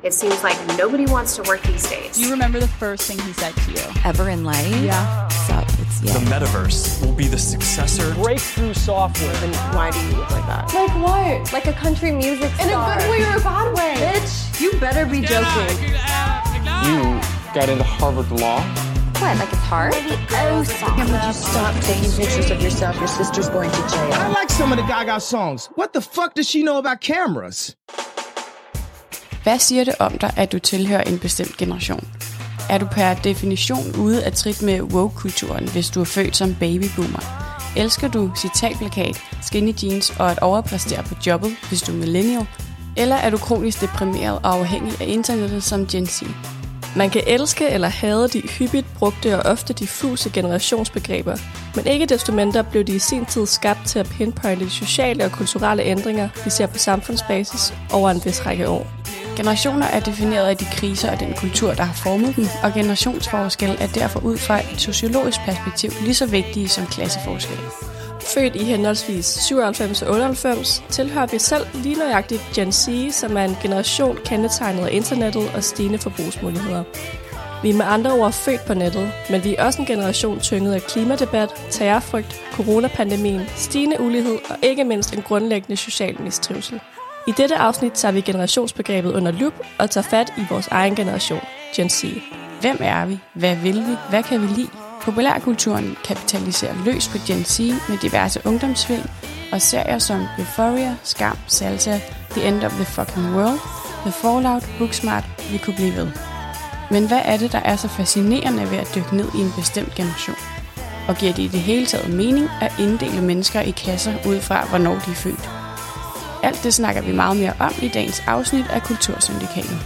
It seems like nobody wants to work these days. Do you remember the first thing he said to you? Ever in life? Yeah. What's up? It's The metaverse will be the successor. Breakthrough software. And why do you look like that? Like what? Like a country music star. In a good way or a bad way? Bitch, you better be joking. You got into Harvard Law? What, like it's hard? Would you stop taking pictures of yourself? Your sister's going to jail. I like some of the Gaga songs. What the fuck does she know about cameras? Hvad siger det om dig, at du tilhører en bestemt generation? Er du per definition ude af trit med woke-kulturen, hvis du er født som babyboomer? Elsker du citatplakat, skinny jeans og at overpræstere på jobbet, hvis du er millennial? Eller er du kronisk deprimeret og afhængig af internettet som Gen Z? Man kan elske eller hade de hyppigt brugte og ofte diffuse generationsbegreber, men ikke desto mindre blev de i sin tid skabt til at pinpointe de sociale og kulturelle ændringer, vi ser på samfundsbasis over en vis række år. Generationer er defineret af de kriser og den kultur, der har formet dem, og generationsforskel er derfor ud fra et sociologisk perspektiv lige så vigtige som klasseforskel. Født i henholdsvis 97 og 98, tilhører vi selv lige nøjagtigt Gen Z, som er en generation kendetegnet af internettet og stigende forbrugsmuligheder. Vi er med andre ord født på nettet, men vi er også en generation tynget af klimadebat, terrorfrygt, coronapandemien, stigende ulighed og ikke mindst en grundlæggende social mistrivsel. I dette afsnit tager vi generationsbegrebet under lup og tager fat i vores egen generation, Gen Z. Hvem er vi? Hvad vil vi? Hvad kan vi lide? Populærkulturen kapitaliserer løs på Gen Z med diverse ungdomsfilm og serier som Euphoria, Skam, Salsa, The End of the Fucking World, The Fallout, Booksmart, vi kunne blive ved. Men hvad er det, der er så fascinerende ved at dykke ned i en bestemt generation? Og giver det i det hele taget mening at inddele mennesker i kasser ud fra, hvornår de er født? Alt det snakker vi meget mere om i dagens afsnit af Kultursyndikatet.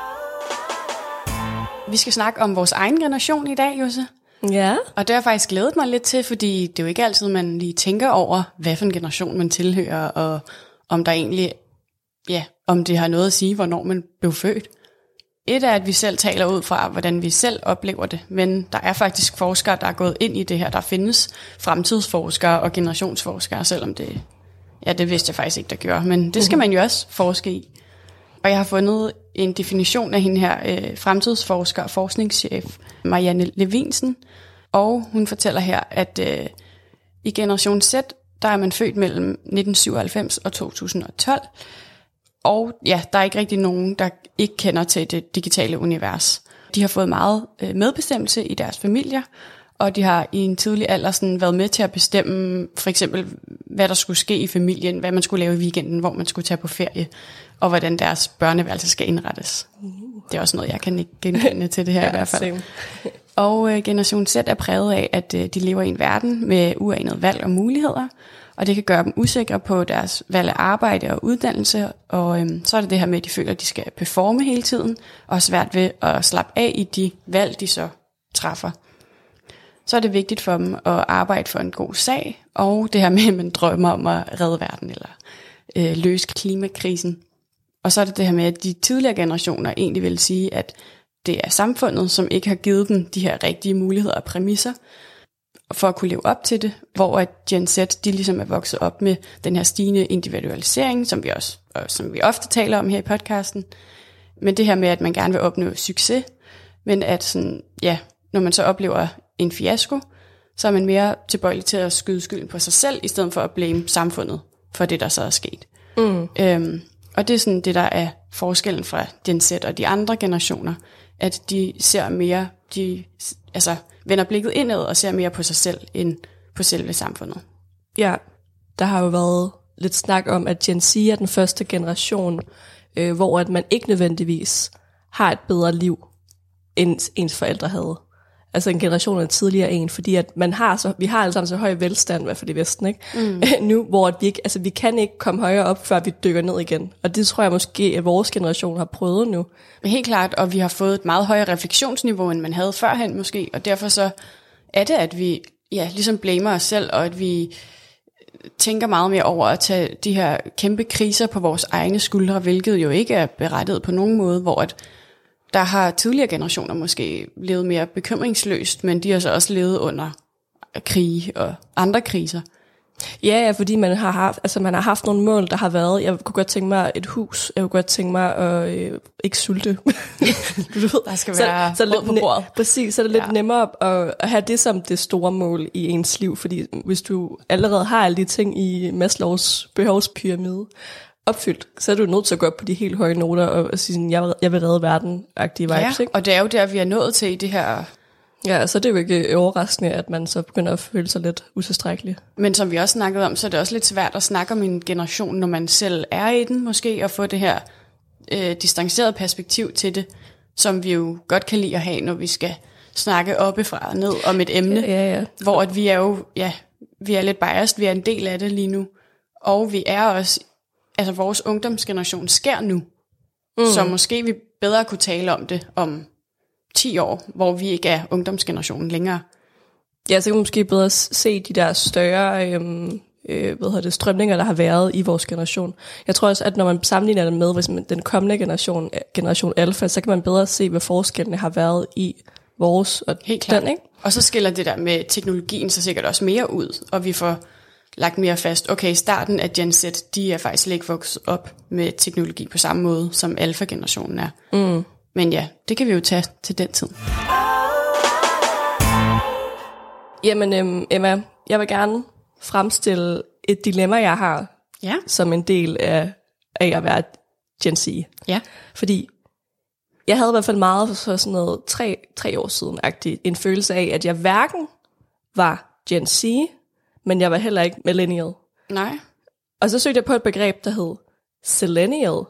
Vi skal snakke om vores egen generation i dag, Josse. Ja. Og det har jeg faktisk glædet mig lidt til, fordi det er jo ikke altid, man lige tænker over, hvad for en generation man tilhører, og om der egentlig, om det har noget at sige, hvornår man blev født. Et er, at vi selv taler ud fra, hvordan vi selv oplever det, men der er faktisk forskere, der er gået ind i det her. Der findes fremtidsforskere og generationsforskere, selvom det, det vidste jeg faktisk ikke, der gjorde, men det skal man jo også forske i. Og jeg har fundet en definition af hende her, fremtidsforsker og forskningschef, Marianne Levinsen, og hun fortæller her, at i generation Z, der er man født mellem 1997 og 2012, og der er ikke rigtig nogen, der ikke kender til det digitale univers. De har fået meget medbestemmelse i deres familier, og de har i en tidlig alder sådan været med til at bestemme for eksempel, hvad der skulle ske i familien, hvad man skulle lave i weekenden, hvor man skulle tage på ferie, og hvordan deres børneværelse skal indrettes. Det er også noget, jeg kan ikke genkende til det her i hvert fald. Og generation Z er præget af, at de lever i en verden med uanede valg og muligheder, og det kan gøre dem usikre på deres valg af arbejde og uddannelse, og så er det det her med, at de føler, at de skal performe hele tiden, og er svært ved at slappe af i de valg, de så træffer. Så er det vigtigt for dem at arbejde for en god sag, og det her med, at man drømmer om at redde verden, eller løse klimakrisen. Og så er det det her med, at de tidligere generationer egentlig vil sige, at det er samfundet, som ikke har givet dem de her rigtige muligheder og præmisser for at kunne leve op til det, hvor at Gen Z, de ligesom er vokset op med den her stigende individualisering, som vi ofte taler om her i podcasten. Men det her med, at man gerne vil opnå succes, men at sådan, når man så oplever en fiasko, så er man mere tilbøjelig til at skyde skylden på sig selv, i stedet for at blame samfundet for det, der så er sket. Og det er sådan det, der er forskellen fra Gen Z og de andre generationer, at de ser mere, vender blikket indad og ser mere på sig selv, end på selve samfundet. Ja, der har jo været lidt snak om, at Gen Z er den første generation, hvor at man ikke nødvendigvis har et bedre liv, end ens forældre havde. Altså en generation af tidligere en, fordi at vi har alle sammen så høj velstand, i hvert fald i Vesten, ikke? Nu, hvor vi kan ikke komme højere op, før vi dykker ned igen. Og det tror jeg måske, at vores generation har prøvet nu. Helt klart, og vi har fået et meget højere refleksionsniveau, end man havde førhen måske, og derfor så er det, at vi ligesom blamer os selv, og at vi tænker meget mere over at tage de her kæmpe kriser på vores egne skuldre, hvilket jo ikke er berettiget på nogen måde, hvor at der har tidligere generationer måske levet mere bekymringsløst, men de har så også levet under krige og andre kriser. Ja, fordi man har haft nogle mål, der har været, jeg kunne godt tænke mig et hus, jeg kunne godt tænke mig at ikke sulte. Du ved, der skal være råd på bordet. Præcis, så er det lidt nemmere at have det som det store mål i ens liv, fordi hvis du allerede har alle de ting i Maslows behovspyramide opfyldt, så er du nødt til at gå op på de helt høje noter og sige sådan, jeg vil redde verden-agtige vibes, ikke? Og det er jo der, vi er nået til i det her. Ja, så er det jo ikke overraskende, at man så begynder at føle sig lidt utilstrækkelig. Men som vi også snakkede om, så er det også lidt svært at snakke om en generation, når man selv er i den måske, og få det her distancerede perspektiv til det, som vi jo godt kan lide at have, når vi skal snakke oppefra og ned om et emne, ja. hvor at vi er jo, vi er lidt biased, vi er en del af det lige nu, og vi er også, altså vores ungdomsgeneration sker nu, så måske vi bedre kunne tale om det om 10 år, hvor vi ikke er ungdomsgenerationen længere. Ja, så kan man måske bedre se de der større strømninger, der har været i vores generation. Jeg tror også, at når man sammenligner det med hvis man, den kommende generation alfa, så kan man bedre se, hvad forskellene har været i vores og helt klart. Den, ikke? Og så skiller det der med teknologien så sikkert også mere ud, og vi får lagt mere fast. Okay, starten af Gen Z, de er faktisk ikke vokset op med teknologi på samme måde, som alfa-generationen er. Mm. Men ja, det kan vi jo tage til den tid. Jamen Emma, jeg vil gerne fremstille et dilemma, jeg har, som en del af at være Gen Z. Ja. Fordi jeg havde i hvert fald meget for sådan noget 3 år siden-agtigt en følelse af, at jeg hverken var Gen Z, men jeg var heller ikke millennial. Nej. Og så søgte jeg på et begreb, der hed Zillennial.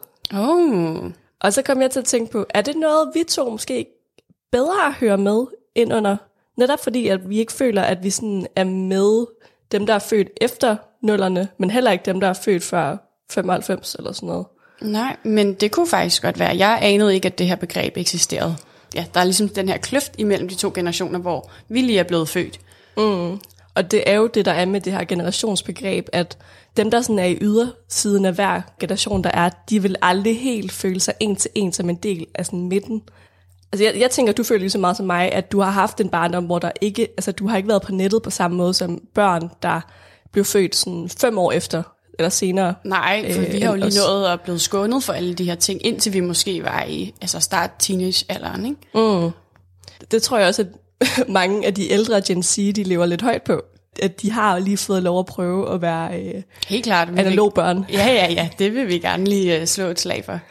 Og så kom jeg til at tænke på, er det noget, vi to måske bedre hører med ind under? Netop fordi, at vi ikke føler, at vi sådan er med dem, der er født efter nullerne, men heller ikke dem, der er født før 95 eller sådan noget. Nej, men det kunne faktisk godt være. Jeg anede ikke, at det her begreb eksisterede. Ja, der er ligesom den her kløft imellem de to generationer, hvor vi lige er blevet født. Mm. Og det er jo det, der er med det her generationsbegreb, at dem, der sådan er i ydersiden af hver generation, der er, de vil aldrig helt føle sig en til en som en del af sådan midten. Altså jeg tænker, du føler lige så meget som mig, at du har haft en barndom, hvor der ikke, altså du har ikke været på nettet på samme måde som børn, der blev født sådan 5 år efter eller senere. Nej, for vi har jo lige nået at blive skånet for alle de her ting, indtil vi måske var i start teenage-alderen, ikke? Mm. Det tror jeg også, at mange af de ældre Gen Z, de lever lidt højt på. At de har lige fået lov at prøve at være helt klart, analog børn. Ja, det vil vi gerne lige slå et slag for.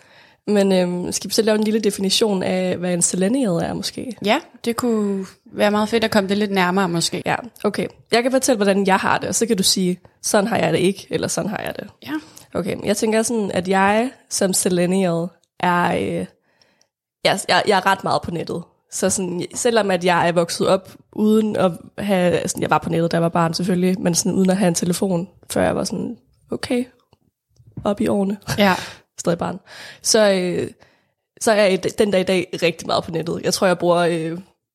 Men skal vi så lave en lille definition af, hvad en zillennial er måske? Ja, det kunne være meget fedt at komme det lidt nærmere måske. Ja, okay. Jeg kan fortælle, hvordan jeg har det, og så kan du sige, sådan har jeg det ikke, eller sådan har jeg det. Ja. Okay, jeg tænker sådan, at jeg som zillennial er, jeg er ret meget på nettet. Så sådan, selvom at jeg er vokset op uden at have, sådan, jeg var på nettet, da jeg var barn selvfølgelig, men sådan uden at have en telefon, før jeg var sådan, okay, op i årene. Ja. Stadig barn. Så er jeg den dag i dag rigtig meget på nettet. Jeg tror, jeg bruger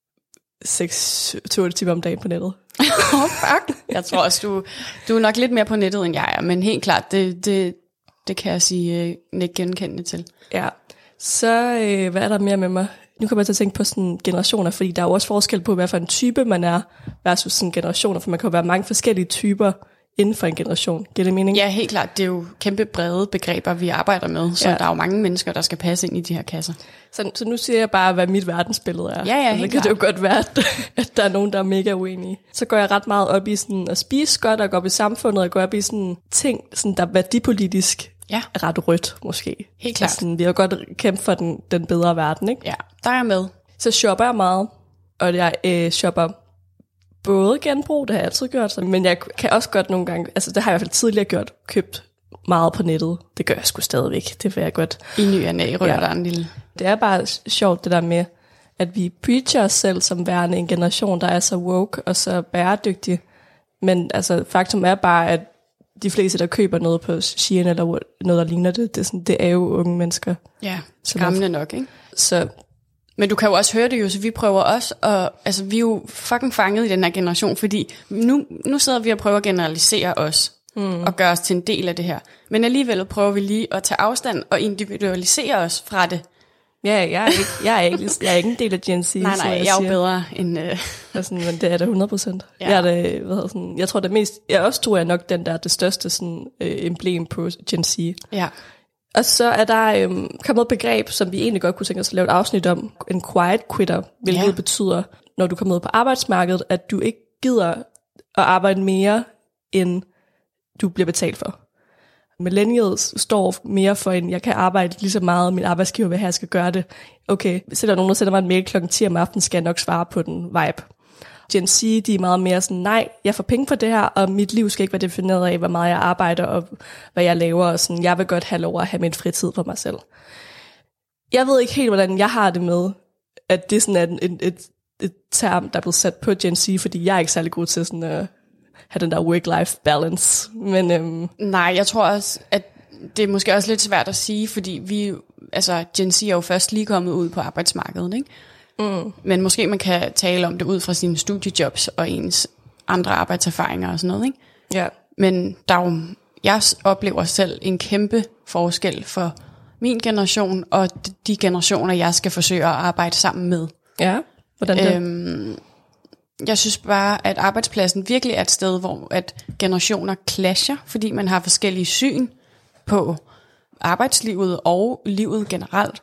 6-8 timer om dagen på nettet. Fuck. Jeg tror også, du er nok lidt mere på nettet, end jeg er, men helt klart, det kan jeg sige ikke genkendende til. Ja. Så hvad er der mere med mig? Nu kommer jeg til at tænke på sådan generationer, fordi der er jo også forskel på, hvad for en type man er, versus sådan generationer, for man kan jo være mange forskellige typer inden for en generation. Giver det mening? Ja, helt klart. Det er jo kæmpe brede begreber, vi arbejder med, så der er jo mange mennesker, der skal passe ind i de her kasser. Så nu siger jeg bare, hvad mit verdensbillede er. Ja, helt så kan det jo godt være, at der er nogen, der er mega uenige. Så går jeg ret meget op i sådan at spise godt, og gå op i samfundet, og gå op i sådan ting, sådan der værdipolitisk er ret rødt, måske. Helt klart. Sådan, vi har godt kæmpet for den bedre verden, ikke? Ja, der er jeg med. Så shopper jeg meget, og jeg shopper både genbrug, det har jeg altid gjort, men jeg kan også godt nogle gange, altså det har jeg i hvert fald tidligere gjort, købt meget på nettet. Det gør jeg sgu stadigvæk, det vil jeg godt. I ny og næ, rører der en lille. Det er bare sjovt det der med, at vi preacher os selv som værende en generation, der er så woke og så bæredygtig. Men altså faktum er bare, at de fleste, der køber noget på Shein eller noget, der ligner det er jo unge mennesker. Ja, skræmmende nok, ikke? Så... Men du kan jo også høre det jo, så vi prøver også, og altså vi er jo fucking fanget i den her generation, fordi nu sidder vi og prøver at generalisere os, og gøre os til en del af det her. Men alligevel prøver vi lige at tage afstand og individualisere os fra det, Ja, jeg er ikke en del af Gen Z. Nej, jeg er jo bedre end... Sådan, men det er da 100%. Ja. Jeg tror det mest... Jeg også tror jeg nok den der det største sådan, emblem på Gen Z. Ja. Og så er der kommet et begreb, som vi egentlig godt kunne tænke os at lave et afsnit om, en quiet quitter, hvilket betyder, når du kommer ud på arbejdsmarkedet, at du ikke gider at arbejde mere, end du bliver betalt for. Millennials står mere for jeg kan arbejde lige så meget, min arbejdsgiver vil have, jeg skal gøre det. Okay, hvis der er nogen, der sender mig en mail klokken 10 om aftenen, skal jeg nok svare på den vibe. Gen Z, de er meget mere sådan, nej, jeg får penge for det her, og mit liv skal ikke være defineret af, hvor meget jeg arbejder, og hvad jeg laver, og sådan, jeg vil godt have lov at have min fritid for mig selv. Jeg ved ikke helt, hvordan jeg har det med, at det sådan er et term, der er blevet sat på Gen Z, fordi jeg er ikke særlig god til sådan have den der work-life balance. Men, Nej, jeg tror også, at det er måske også lidt svært at sige, fordi Gen Z er jo først lige kommet ud på arbejdsmarkedet, ikke? Men måske man kan tale om det ud fra sine studiejobs og ens andre arbejdserfaringer og sådan noget, ikke? Ja. Men jeg oplever selv en kæmpe forskel for min generation og de generationer, jeg skal forsøge at arbejde sammen med. Ja, hvordan det? Jeg synes bare, at arbejdspladsen virkelig er et sted, hvor at generationer clasher, fordi man har forskellige syn på arbejdslivet og livet generelt.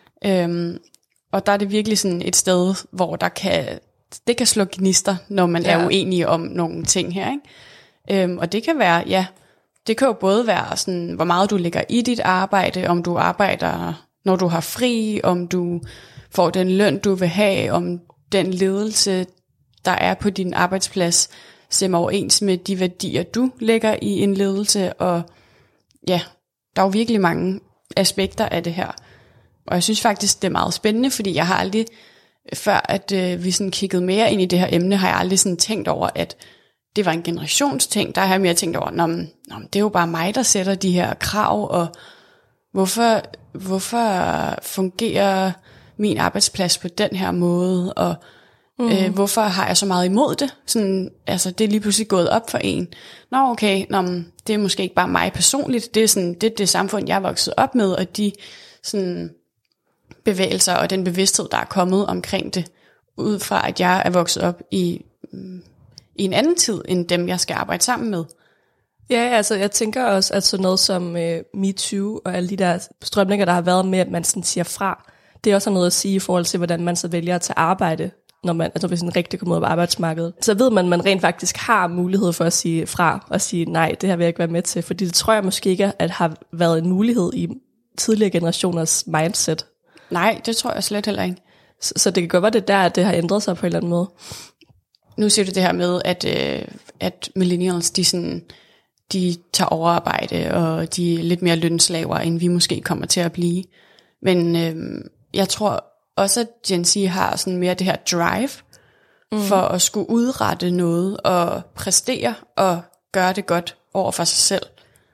Og der er det virkelig sådan et sted, hvor det kan slå gnister, når man er uenige om nogle ting her, ikke? Og det kan være, det kan jo både være sådan, hvor meget du lægger i dit arbejde, om du arbejder, når du har fri, om du får den løn, du vil have, om den ledelse, der er på din arbejdsplads, stemmer overens med de værdier, du lægger i en ledelse, og ja, der er jo virkelig mange aspekter af det her. Og jeg synes faktisk, det er meget spændende, fordi jeg har aldrig, før at vi sådan kiggede mere ind i det her emne, har jeg aldrig sådan tænkt over, at det var en generationsting. Der har jeg mere tænkt over, det er jo bare mig, der sætter de her krav, og hvorfor fungerer min arbejdsplads på den her måde, og hvorfor har jeg så meget imod det? Sådan, altså, det er lige pludselig gået op for en. Det er måske ikke bare mig personligt, det er sådan, det samfund, jeg er vokset op med, og de sådan bevægelser og den bevidsthed, der er kommet omkring det, ud fra at jeg er vokset op i en anden tid, end dem, jeg skal arbejde sammen med. Ja, altså jeg tænker også, at sådan noget som MeToo og alle de der strømninger, der har været med, at man sådan siger fra, det er også noget at sige i forhold til, hvordan man så vælger at tage arbejde, når man hvis sådan rigtig kommer ud på arbejdsmarkedet. Så ved man, at man rent faktisk har mulighed for at sige fra og sige, nej, det her vil jeg ikke være med til, fordi det tror jeg måske ikke, at har været en mulighed i tidligere generationers mindset. Nej, det tror jeg slet heller ikke. Så det kan godt være, det der, at det har ændret sig på en eller anden måde. Nu siger du det her med, at millennials, de tager overarbejde, og de er lidt mere lønslaver, end vi måske kommer til at blive. Men jeg tror også, at Gen Z har sådan mere det her drive, for at skulle udrette noget, og præstere, og gøre det godt over for sig selv.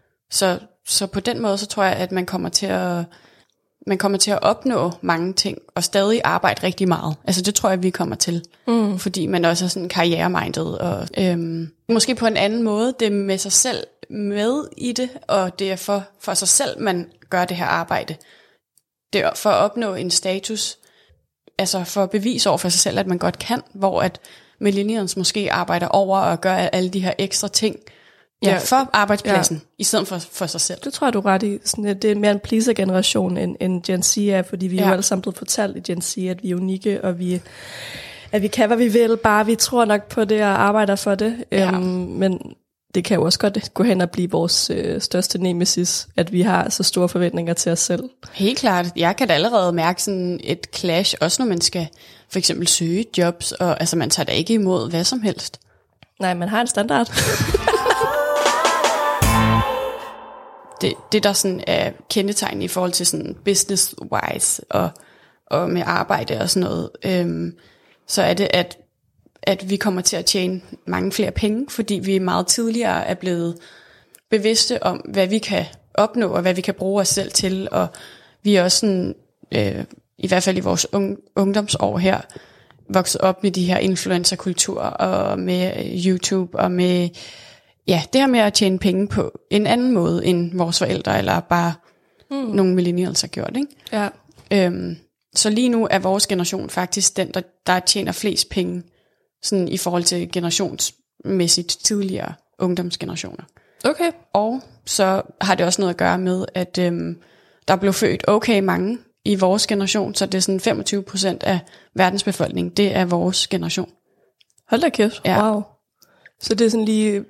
Så på den måde, så tror jeg, at man kommer til at opnå mange ting, og stadig arbejde rigtig meget. Altså det tror jeg, vi kommer til. Fordi man også er sådan karrieremindet, og måske på en anden måde, det er med sig selv med i det, og det er for sig selv, man gør det her arbejde. Det er for at opnå en status, altså for at bevise over for sig selv, at man godt kan, hvor at millennials måske arbejder over og gør alle de her ekstra ting, for arbejdspladsen, i stedet for sig selv. Det tror jeg, du er ret i. Sådan, det er mere en pleaser-generation, end Gen Z er, fordi vi er jo alle sammen blevet fortalt i Gen Z, at vi er unikke, og at vi kan, hvad vi vil, bare vi tror nok på det og arbejder for det. Men det kan jo også godt gå hen og blive vores største nemesis, at vi har så store forventninger til os selv. Helt klart. Jeg kan da allerede mærke sådan et clash, også når man skal for eksempel søge jobs, og altså man tager da ikke imod hvad som helst. Nej, man har en standard. Det der sådan er kendetegn i forhold til sådan business-wise og med arbejde og sådan noget, så er det, at vi kommer til at tjene mange flere penge, fordi vi meget tidligere er blevet bevidste om, hvad vi kan opnå, og hvad vi kan bruge os selv til, og vi er også sådan, i hvert fald i vores ungdomsår her, vokset op med de her influencerkultur, og med YouTube, og med det her med at tjene penge på en anden måde, end vores forældre, eller bare nogle millennials har gjort, ikke? Ja. Så lige nu er vores generation faktisk den, der tjener flest penge, sådan i forhold til generationsmæssigt tidligere ungdomsgenerationer. Okay. Og så har det også noget at gøre med, at der blev født okay mange i vores generation, så det er sådan 25% af verdens befolkning, det er vores generation. Hold da kæft, Ja. wow. Så det er sådan lige,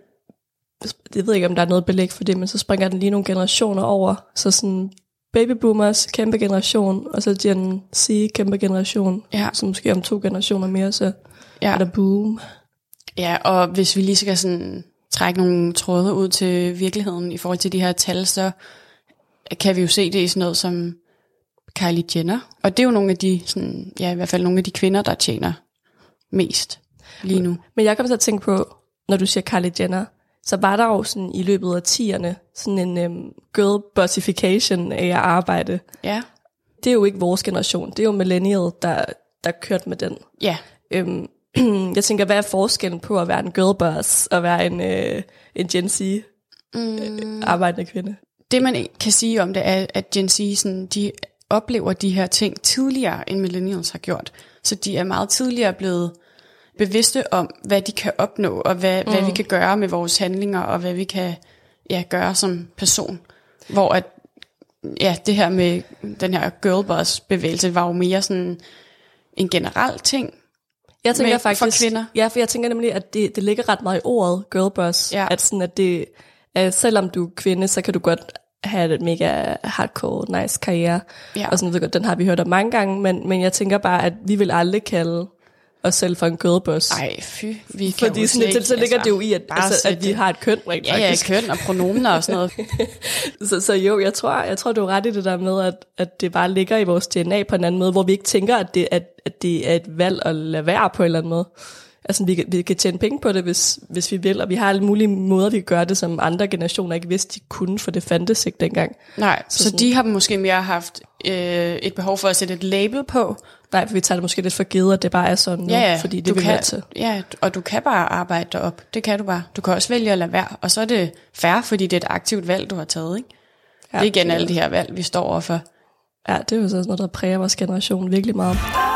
jeg ved ikke, om der er noget belæg for det, men så springer den lige nogle generationer over. Så sådan babyboomers, kæmpe generation, og så Gen Z, kæmpe generation. Ja. Så måske om 2 generationer mere, så Ja. er der boom. Ja, og hvis vi lige skal sådan trække nogle tråde ud til virkeligheden i forhold til de her tal, så kan vi jo se det i sådan noget som Kylie Jenner. Og det er jo nogle af de, sådan, ja, i hvert fald nogle af de kvinder, der tjener mest lige nu. Men jeg kommer til at tænke på, når du siger Kylie Jenner, så var der jo sådan i løbet af 10'erne sådan en girl-bossification af at arbejde. Ja. Det er jo ikke vores generation, det er jo millennial, der kørte med den. Ja. Jeg tænker, hvad er forskellen på at være en girlboss og være en Gen Z arbejdende kvinde? Det man kan sige om det er, at Gen Z sådan, de oplever de her ting tidligere, end millennials har gjort. Så de er meget tidligere blevet bevidste om, hvad de kan opnå, og hvad vi kan gøre med vores handlinger, og hvad vi kan gøre som person. Hvor at, det her med den her girlboss-bevægelse var jo mere sådan en generel ting. Jeg tænker med, faktisk, for kvinder. Ja, for jeg tænker nemlig, at det ligger ret meget i ordet girlboss. Ja. At sådan, at det, selvom du er kvinde, så kan du godt have et mega hardcore, nice karriere. Ja. Og sådan, ved godt, den har vi hørt om mange gange, men jeg tænker bare, at vi vil aldrig kalde os selv for en girlboss. Ej, fy. Vi kan fordi sådan, så ligger det jo i, at vi har et køn rent faktisk. Ja, køn og pronomener og sådan noget. så jo, jeg tror, du er ret i det der med, at det bare ligger i vores DNA på en anden måde, hvor vi ikke tænker, at det er et valg at lade være på en eller anden måde. Altså, vi kan tjene penge på det, hvis vi vil, og vi har alle mulige måder, vi kan gøre det, som andre generationer ikke vidste, de kunne, for det fandtes ikke dengang. Nej, så de har måske mere haft et behov for at sætte et label på. Nej, for vi tager det måske lidt for givet, at det bare er sådan nu, fordi det vil være til. Ja, og du kan bare arbejde derop. Det kan du bare. Du kan også vælge at lade være, og så er det fair, fordi det er et aktivt valg, du har taget, ikke? Ja, det er igen alle de her valg, vi står overfor. Ja, det er jo sådan noget, der præger vores generation virkelig meget.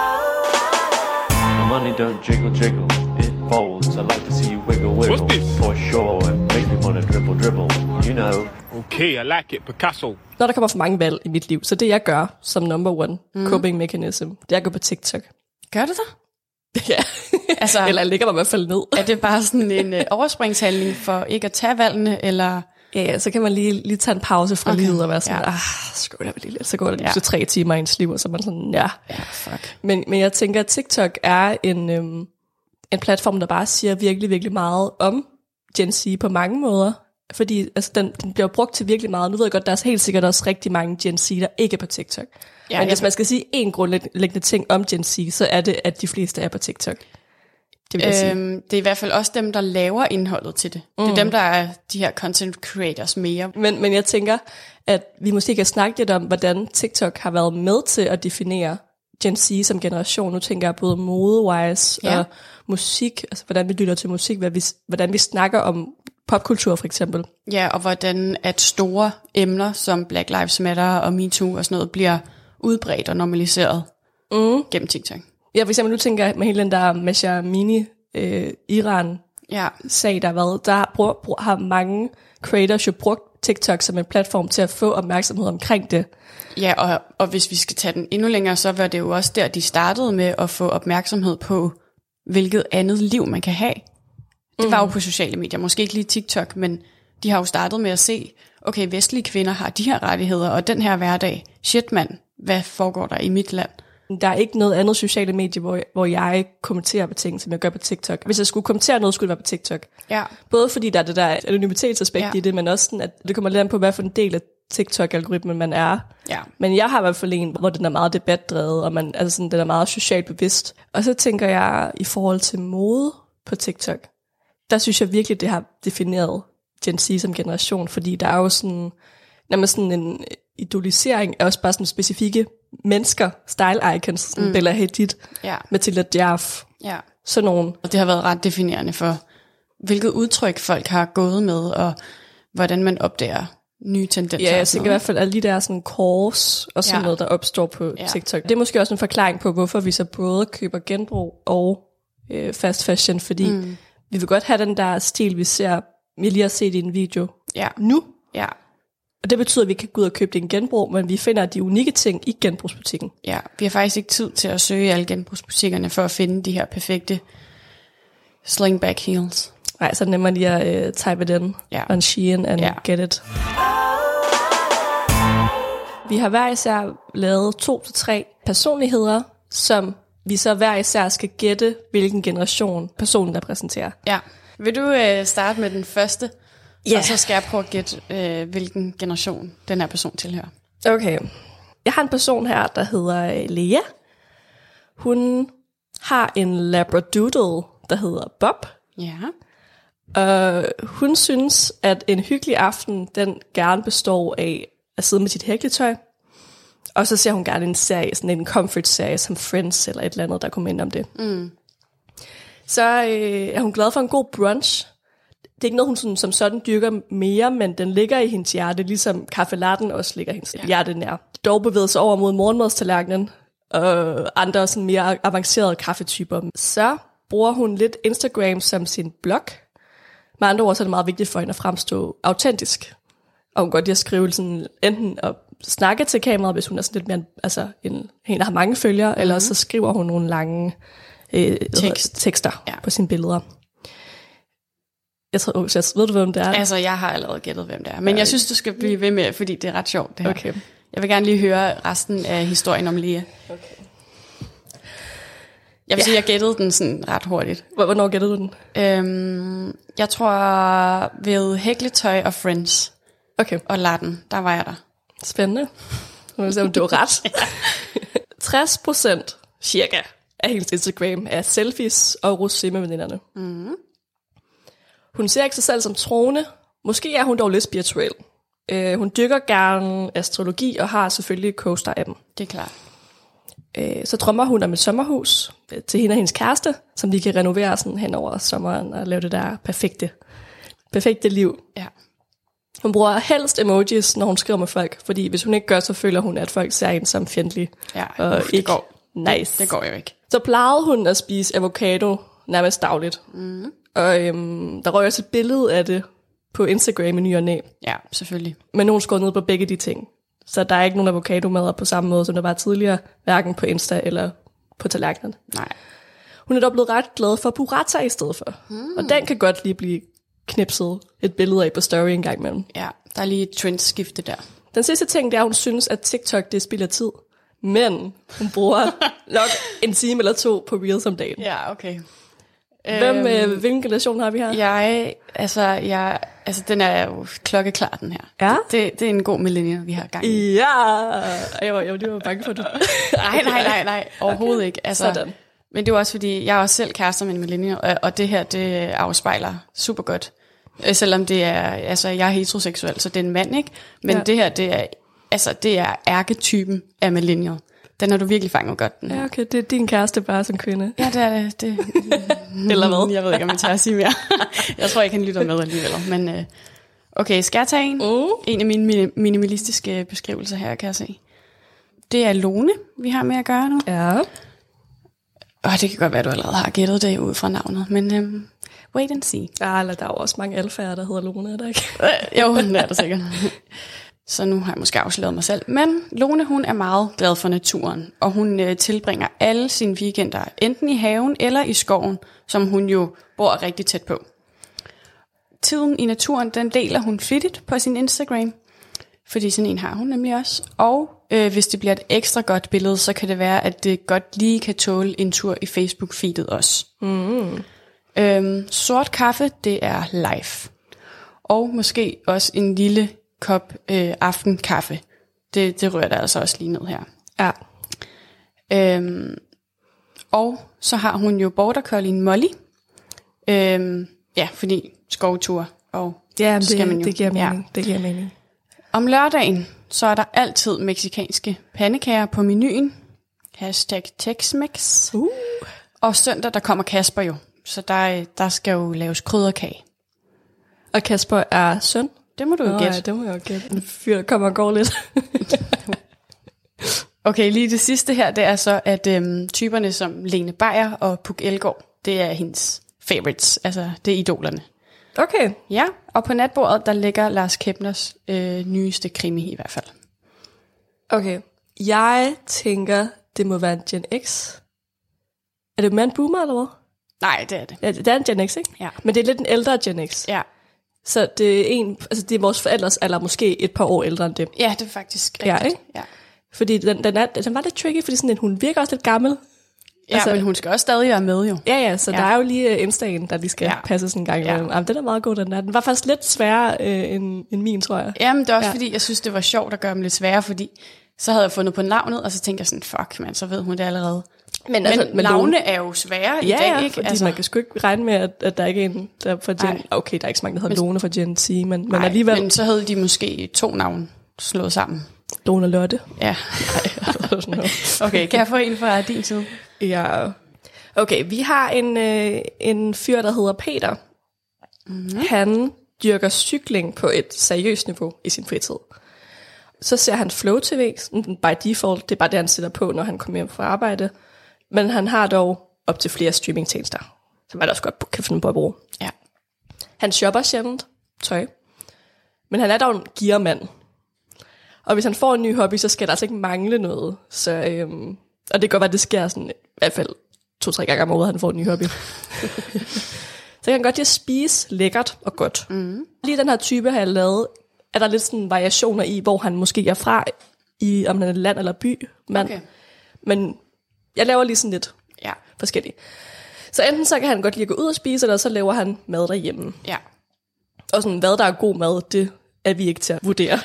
Money don't jiggle jiggle, it folds. I like to see you wiggle wiggle. For sure, and make me wanna dribble dribble. You know. Okay, I like it, Picasso. Når der kommer for mange valg i mit liv, så det jeg gør som number one coping mechanism, det er at gå på TikTok. Gør det så? Ja, altså, eller jeg ligger mig i hvert fald ned. Er det bare sådan en overspringshandling for ikke at tage valgene, eller? Ja, så kan man lige tage en pause fra livet og være sådan, skål der lige lidt. Så går der lige 3 timer i ens liv, og så er man sådan, fuck. Men jeg tænker, at TikTok er en platform, der bare siger virkelig, virkelig meget om Gen Z på mange måder. Fordi altså, den bliver brugt til virkelig meget. Nu ved jeg godt, der er helt sikkert også rigtig mange Gen Z, der ikke er på TikTok. Ja, men hvis man skal sige en grundlæggende ting om Gen Z, så er det, at de fleste er på TikTok. Det er i hvert fald også dem, der laver indholdet til det. Det er dem, der er de her content creators mere. Men jeg tænker, at vi måske kan snakke lidt om, hvordan TikTok har været med til at definere Gen Z som generation. Nu tænker jeg både mode-wise og musik, altså hvordan vi lytter til musik, hvordan vi snakker om popkultur for eksempel. Ja, og hvordan at store emner som Black Lives Matter og MeToo og sådan noget bliver udbredt og normaliseret gennem TikTok. Ja, for eksempel nu tænker jeg med hele den der Masha Amini Iran-sag, der har været, der har mange creators jo brugt TikTok som en platform til at få opmærksomhed omkring det. Ja, og hvis vi skal tage den endnu længere, så var det jo også der, de startede med at få opmærksomhed på, hvilket andet liv man kan have. Det var jo på sociale medier, måske ikke lige TikTok, men de har jo startet med at se, okay, vestlige kvinder har de her rettigheder, og den her hverdag, shit mand, hvad foregår der i mit land? Der er ikke noget andet sociale medie, hvor jeg kommenterer på ting, som jeg gør på TikTok. Hvis jeg skulle kommentere noget, skulle det være på TikTok. Ja. Både fordi der er det der anonymitetsaspekt i det, men også sådan, at det kommer lidt an på, hvad for en del af TikTok-algoritmen man er. Ja. Men jeg har i hvert fald en, hvor den er meget debatdrevet, og den er meget socialt bevidst. Og så tænker jeg, i forhold til mode på TikTok, der synes jeg virkelig, det har defineret Gen Z som generation, fordi der er jo sådan en idolisering af også bare sådan specifikke mennesker, style icons, sådan Bella Hadid, Mathilda Diaf, sådan nogen. Og det har været ret definerende for, hvilket udtryk folk har gået med, og hvordan man opdager nye tendenser. Ja, jeg tænker i hvert fald, at lige der er sådan kors og sådan noget, der opstår på TikTok. Det er måske også en forklaring på, hvorfor vi så både køber genbrug og fast fashion, fordi vi vil godt have den der stil, vi lige har set i en video nu. Ja. Og det betyder, at vi kan gå ud og købe det i en genbrug, men vi finder de unikke ting i genbrugsbutikken. Ja, vi har faktisk ikke tid til at søge i alle genbrugsbutikkerne for at finde de her perfekte slingback heels. Nej, så er det nemmere lige at type it in on Shein and get it. Vi har hver især lavet 2-3 personligheder, som vi så hver især skal gætte, hvilken generation personen repræsenterer. Ja. Vil du starte med den første? Og så skal jeg prøve at gætte, hvilken generation den her person tilhører. Okay. Jeg har en person her, der hedder Lea. Hun har en labradoodle, der hedder Bob. Ja. Og hun synes, at en hyggelig aften, den gerne består af at sidde med sit hækletøj. Og så ser hun gerne en serie, sådan en comfort-serie som Friends eller et eller andet, der kommer ind om det. Så er hun glad for en god brunch. Det er ikke noget, hun som sådan dyrker mere, men den ligger i hendes hjerte, ligesom kaffe latten også ligger i hendes hjerte nær. Dog bevæger sig over mod morgenmadstallerkenen og andre sådan mere avancerede kaffetyper. Så bruger hun lidt Instagram som sin blog. Med andre ord så er det meget vigtigt for hende at fremstå autentisk. Og hun kan godt lide at skrive sådan, enten at snakke til kameraet, hvis hun er sådan lidt mere en der har mange følgere, eller så skriver hun nogle lange tekster på sine billeder. Jeg ved du, hvem det er? Altså, jeg har allerede gættet, hvem det er. Men jeg synes, du skal blive ved med, fordi det er ret sjovt, det her. Okay. Jeg vil gerne lige høre resten af historien om Lea. Okay. Jeg vil sige, jeg gættede den sådan ret hurtigt. Hvornår gættede du den? Jeg tror ved hækletøj og Friends. Okay. Og latten, der var jeg der. Spændende. Nu vil se, om du var ret. 60% cirka af hendes Instagram er selfies og rosé med veninderne. Hun ser ikke sig selv som troende. Måske er hun dog lidt spirituel. Hun dykker gerne astrologi og har selvfølgelig coaster af dem. Det er klart. Så drømmer hun om et sommerhus til hende og hendes kæreste, som de kan renovere sådan hen over sommeren og lave det der perfekte liv. Ja. Hun bruger helst emojis, når hun skriver med folk, fordi hvis hun ikke gør, så føler hun, at folk ser hende som fjendtlig. Ja, og ikke det går. Nice. Det går jo ikke. Så plejede hun at spise avocado nærmest dagligt. Og der røg også et billede af det på Instagram i ny og næ. Ja, selvfølgelig. Men hun skår ned på begge de ting. Så der er ikke nogen avocado-madder på samme måde, som der var tidligere, hverken på Insta eller på tallerkenen. Nej. Hun er dog blevet ret glad for burrata i stedet for. Og den kan godt lige blive knipset et billede af på story en gang imellem. Ja, der er lige et trendskifte der. Den sidste ting, det er, at hun synes, at TikTok det spilder tid. Men hun bruger nok en time eller 2 på Reels om dagen. Ja, okay. Hvilken generation har vi her? Den er jo klokkeklar, den her. Ja? Det er en god millennial, vi har gang i. Ja! Jeg var bange for det. Nej, overhovedet ikke. Altså, sådan. Men det er også fordi, jeg er også selv kærester med en millennial, og det her, det afspejler super godt. Selvom det er, jeg er heteroseksuel, så det er en mand, ikke? Men det her, det er ærketypen af millennial. Den har du virkelig fanget godt, den her. Ja, okay, det er din kæreste bare som kvinde. Ja, det er det. Eller hvad? Jeg ved ikke, om jeg tager at sige mere. Jeg tror ikke, han lytter med alligevel. Men okay, skal jeg tage en? En af mine minimalistiske beskrivelser her, kan jeg se. Det er Lone, vi har med at gøre nu. Ja. Det kan godt være, at du allerede har gættet det ud fra navnet, men wait and see. Eller der er jo også mange alfaer, der hedder Lone, er der ikke? Jo, det er der sikkert. Så nu har jeg måske afsløret mig selv. Men Lone, hun er meget glad for naturen, og hun tilbringer alle sine weekender enten i haven eller i skoven, som hun jo bor rigtig tæt på. Tiden i naturen, den deler hun flittigt på sin Instagram, fordi sådan en har hun nemlig også. Og hvis det bliver et ekstra godt billede, så kan det være, at det godt lige kan tåle en tur i Facebook-feedet også. Sort kaffe, det er live. Og måske også en lille kop aftenkaffe. Det rører der altså også lige ned her. Ja. Og så har hun jo border collien Molly. Fordi skovtur og skal man jo. Det giver mening. Det giver mening. Om lørdagen, så er der altid mexikanske pandekager på menuen. #Tex-Mex. Og søndag, der kommer Kasper jo. Så der skal jo laves krydderkage. Og Kasper er søn? Det må du jo gætte. Ja, det må jeg jo gætte. En fyr, der kommer og går lidt. Okay, lige det sidste her, det er så, at typerne som Lene Beyer og Puk Elgård, det er hendes favorites, altså det er idolerne. Okay. Ja, og på natbordet, der ligger Lars Kepners nyeste krimi i hvert fald. Okay, jeg tænker, det må være en Gen X. Er det mere en boomer, eller hvad? Nej, det er det. Ja, det er en Gen X, ikke? Ja. Men det er lidt en ældre Gen X. Ja. Så det er vores forældres alder, måske et par år ældre end det. Ja, det er faktisk rigtigt. Ja, ikke? Ja. Fordi den var lidt tricky, fordi sådan, hun virker også lidt gammel. Ja, altså, men hun skal også stadig være med jo. Ja, så der er jo lige Insta'en, der lige skal passe sådan en gang. Ja. Jamen, den er meget god, den der. Den var faktisk lidt sværere end min, tror jeg. Jamen, det er også fordi, jeg synes, det var sjovt at gøre dem lidt sværere, fordi så havde jeg fundet på navnet, og så tænkte jeg sådan, fuck man, så ved hun det allerede. Men navne er jo svære i dag, ikke? Fordi altså, man kan sgu ikke regne med, at der ikke er en, der for Gen... Okay, der er ikke så mange, der hedder Lone for Gen Z, men alligevel... men så havde de måske 2 navne slået sammen. Lone og Lotte. Ja. Okay, kan jeg få en fra din side? Ja. Okay, vi har en fyr, der hedder Peter. Mm-hmm. Han dyrker cykling på et seriøst niveau i sin fritid. Så ser han Flow TV, by default, det er bare det, han sætter på, når han kommer hjem fra arbejde. Men han har dog op til flere streamingtjenester, som man også godt kan finde på at bruge. Ja. Han shopper sjældent tøj, men han er dog en gearmand. Og hvis han får en ny hobby, så skal der altså ikke mangle noget. Så, og det kan godt være, det sker sådan, i hvert fald 2-3 gange om året, han får en ny hobby. Så kan han godt lide at spise lækkert og godt. Mm. Lige den her type har jeg lavet, er der lidt sådan variationer i, hvor han måske er fra, i om han er land eller by. Okay. Men jeg laver lige sådan lidt forskelligt. Så enten så kan han godt lide at gå ud og spise, eller så laver han mad derhjemme. Ja. Og sådan, hvad der er god mad, det er vi ikke til at vurdere.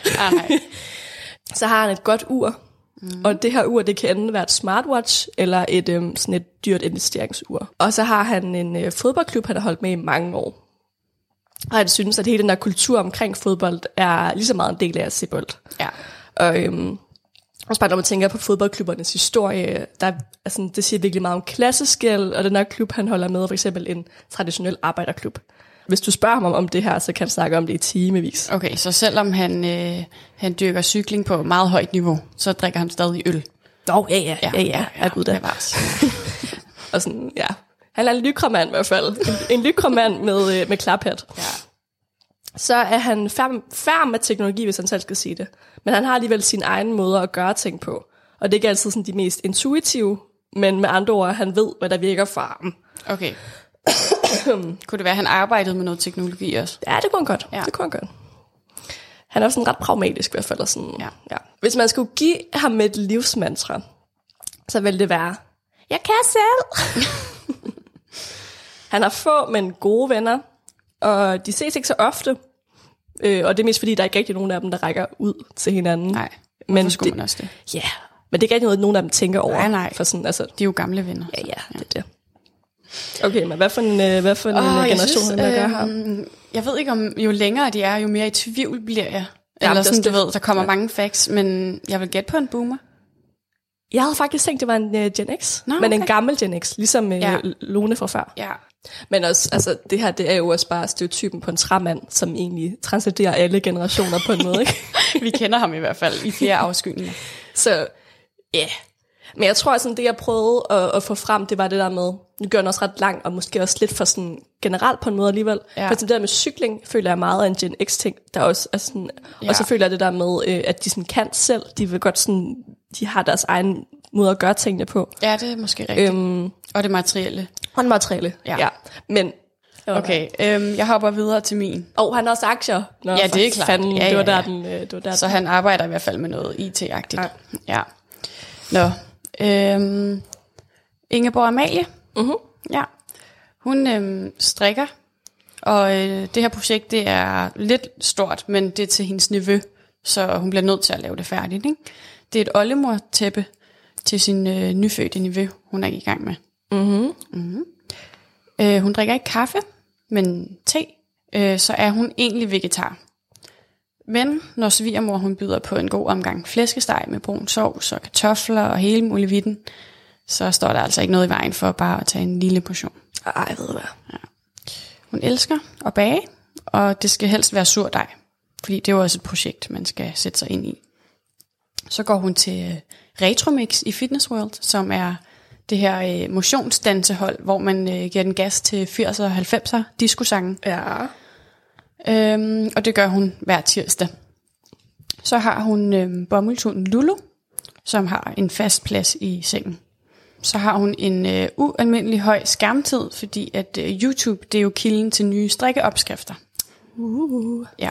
Så har han et godt ur. Og det her ur, det kan enten være et smartwatch, eller sådan et dyrt investeringsur. Og så har han en fodboldklub, han har holdt med i mange år. Og han synes, at hele den der kultur omkring fodbold er lige så meget en del af at se bold. Ja. Og også bare når man tænker på fodboldklubbernes historie, der, altså, det siger virkelig meget om klasseskel, og den her klub, han holder med, for eksempel en traditionel arbejderklub. Hvis du spørger ham om det her, så kan han snakke om det i timevis. Okay, så selvom han dyrker cykling på meget højt niveau, så drikker han stadig øl? Ja, gud da. Og sådan, ja. Han er en lykremand i hvert fald. En lykremand med klaphat. Ja. Så er han færm med teknologi, hvis han selv skal sige det. Men han har alligevel sin egen måde at gøre ting på. Og det er ikke altid sådan de mest intuitive, men med andre ord, han ved, hvad der virker for ham. Okay. Kunne det være, at han arbejdede med noget teknologi også? Ja, det kunne han godt. Ja. Det kunne han godt. Han er også sådan ret pragmatisk i hvert fald. Sådan, ja. Hvis man skulle give ham et livsmantra, så ville det være, jeg kan selv. Han har få, men gode venner, og de ses ikke så ofte. Og det er mest fordi, der er ikke rigtig nogen af dem, der rækker ud til hinanden. Nej, hvorfor skulle man også det? Ja, men det er ikke rigtig noget, nogen af dem tænker over. Nej. For sådan, altså, de er jo gamle venner. Ja, det er det. Okay, men hvad for en generation man gør her? Jeg ved ikke, om jo længere de er, jo mere i tvivl bliver jeg. Eller sådan, du ved, der kommer mange facts, men jeg vil gætte på en boomer. Jeg havde faktisk tænkt, det var en Gen X, men en gammel Gen X, ligesom Lone fra før. Ja. Men også, altså, det her, det er jo også bare stereotypen på en træmand, som egentlig transcenderer alle generationer på en måde, ikke? Vi kender ham i hvert fald i flere afskygninger. Så, ja. Men jeg tror, at sådan, det jeg prøvede at få frem, det var det der med, nu gør den også ret lang, og måske også lidt for sådan generelt på en måde alligevel. Ja. For eksempel det der med cykling, føler jeg meget af en Gen X-ting, der også er sådan, og så føler jeg det der med, at de sådan kan selv, de vil godt sådan, de har deres egen måde at gøre tingene på. Ja, det er måske rigtigt. Og det materielle. Og det materielle, ja. Men, okay, jeg hopper videre til min. Han har også aktier. Nå, ja, det er klart. Fanden, det var der, det var der. Så han arbejder i hvert fald med noget IT-agtigt. Ja. Nå. Ingeborg Amalie. Ja. Hun strikker. Og det her projekt, det er lidt stort, men det er til hendes nevø. Så hun bliver nødt til at lave det færdigt, ikke? Det er et oldemor-tæppe til sin nyfødte nevø, hun er i gang med. Hun drikker ikke kaffe, men te, så er hun egentlig vegetar. Men når svigermor hun byder på en god omgang flæskesteg med brun sovs og kartofler og hele muligheden, så står der altså ikke noget i vejen for bare at tage en lille portion. Ej, ved du hvad? Ja. Hun elsker at bage, og det skal helst være surdej. fordi det er jo også et projekt, man skal sætte sig ind i. Så går hun til Retromix i Fitness World, som er det her motionsdansehold, hvor man giver den gas til 80'er og 90'er discosangen. Ja. Og det gør hun hver tirsdag. Så har hun bomuldhunden Lulu, som har en fast plads i sengen. Så har hun en ualmindelig høj skærmtid, fordi at YouTube, det er jo kilden til nye strikkeopskrifter. Ja.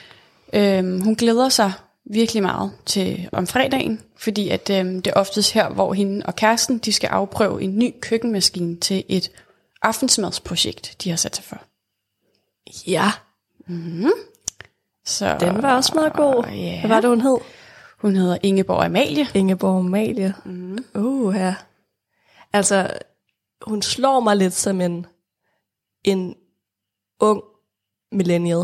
Hun glæder sig virkelig meget til om fredagen, fordi at det er oftest her, hvor hende og kæresten, de skal afprøve en ny køkkenmaskine til et aftensmadsprojekt, de har sat sig for. Ja. Mm-hmm. Så, den var også meget god. Ja. Hvad var det, hun hed? Hun hedder Ingeborg Amalie. Ingeborg Amalie. Ja. Altså, hun slår mig lidt som en ung millennial.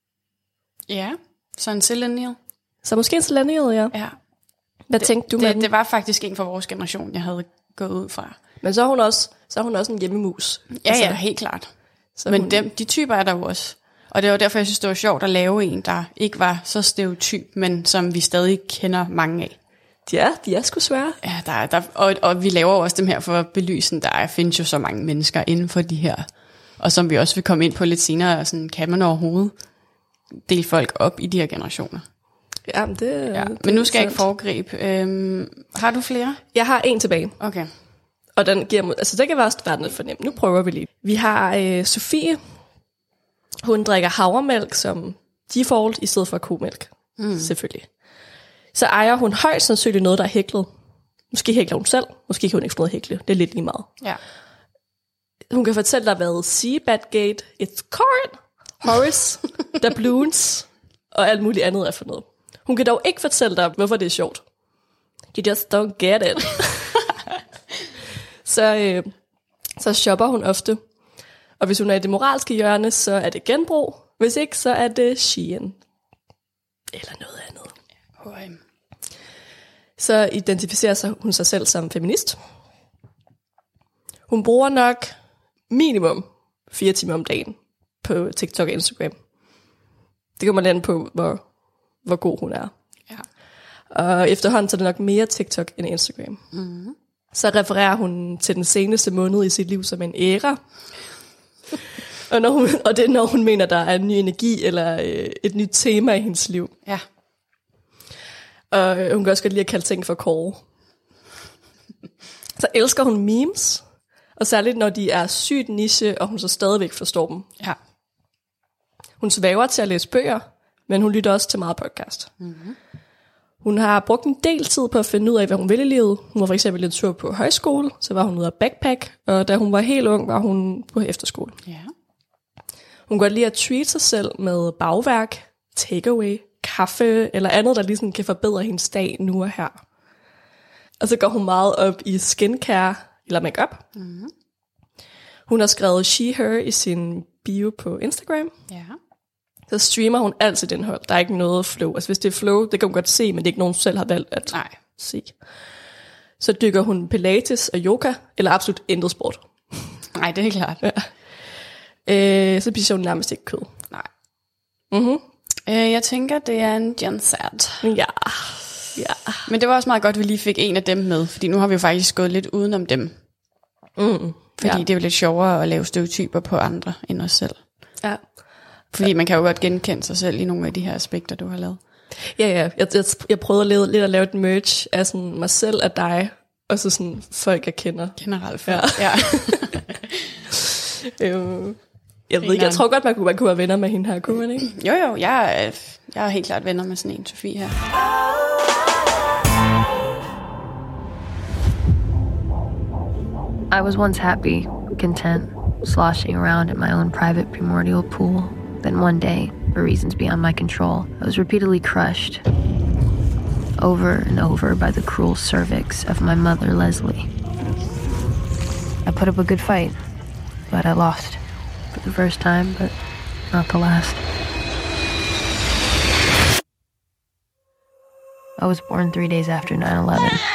Ja, så en millennial. Så måske en millennial, ja. Ja. Hvad tænkte du med den? Det var faktisk en fra vores generation, jeg havde gået ud fra. Men så er hun også en hjemmemus. Ja, altså, ja, helt klart. Men de typer er der jo også. Og det var derfor, jeg synes, det var sjovt at lave en, der ikke var så stereotyp, men som vi stadig kender mange af. Ja, de er sgu svære. Ja, og vi laver også dem her for at belyse, der findes jo så mange mennesker inden for de her. Og som vi også vil komme ind på lidt senere, sådan, kan man overhovedet dele folk op i de her generationer. Jamen, men nu skal jeg ikke foregribe. Har du flere? Jeg har en tilbage. Okay. Og den giver, altså det kan også være lidt fornemt. Nu prøver vi lige. Vi har Sofie. Hun drikker havremælk som default i stedet for komælk. Selvfølgelig. Så ejer hun højst sandsynligt noget, der er hæklet. Måske hækler hun selv. Måske kan hun ikke få noget hækle. Det er lidt lige meget. Ja. Hun kan fortælle dig, hvad Seabadgate, It's Current, Horace, Doubloons og alt muligt andet er for noget. Hun kan dog ikke fortælle dig, hvorfor det er sjovt. You just don't get it. Så shopper hun ofte. Og hvis hun er i det moralske hjørne, så er det genbrug. Hvis ikke, så er det Shein. Eller noget andet. H&M. Så identificerer hun sig selv som feminist. Hun bruger nok minimum 4 timer om dagen på TikTok og Instagram. Det kommer lidt på, hvor god hun er. Ja. Og efterhånden så er det nok mere TikTok end Instagram. Mm-hmm. Så refererer hun til den seneste måned i sit liv som en æra. og det er, når hun mener, der er en ny energi eller et nyt tema i hendes liv. Ja. Og hun kan også godt lide at kalde ting for kåre. Så elsker hun memes, og særligt når de er sygt niche, og hun så stadigvæk forstår dem. Ja. Hun svæver til at læse bøger, men hun lytter også til meget podcast. Mm-hmm. Hun har brugt en del tid på at finde ud af, hvad hun vil i livet. Hun var for eksempel en tur på højskole, så var hun ude at backpack, og da hun var helt ung, var hun på efterskole. Ja. Hun kan godt lide at treat sig selv med bagværk, takeaway, kaffe eller andet, der ligesom kan forbedre hendes dag nu og her. Og så går hun meget op i skincare eller makeup. Mm-hmm. Hun har skrevet she-her i sin bio på Instagram. Ja. Så streamer hun altid indhold. Der er ikke noget flow. Altså hvis det er flow, det kan hun godt se, men det er ikke nogen, selv har valgt at se. Så dykker hun pilates og yoga, eller absolut intet sport. Nej, det er klart. Ja. Så spiser hun nærmest ikke kød. Nej. Mm-hmm. Jeg tænker, det er en Jansat. Ja. Men det var også meget godt, at vi lige fik en af dem med, fordi nu har vi jo faktisk gået lidt udenom dem. Fordi det er jo lidt sjovere at lave stereotyper på andre end os selv. Ja. Fordi man kan jo godt genkende sig selv i nogle af de her aspekter, du har lavet. Ja. Jeg prøvede lidt at lave et merge af sådan mig selv og dig, og så sådan folk, jeg kender. Generelt folk, ja. Jeg ved ikke, jeg tror godt, man kunne være venner med hende her, kunne man ikke? Jo, jeg er helt klart venner med sådan en Sofie her. I was once happy, content, sloshing around in my own private primordial pool. Then one day, for reasons beyond my control, I was repeatedly crushed over and over by the cruel cervix of my mother, Leslie. I put up a good fight, but I lost. For the first time, but not the last. I was born 3 days after 9/11. I can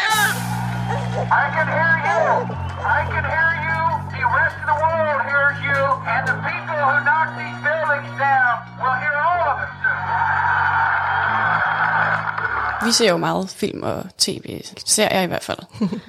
hear you! I can hear you! The rest of the world hears you! And the people who knock these buildings down will hear all of it soon! Vi ser jo meget film og tv-serier i hvert fald.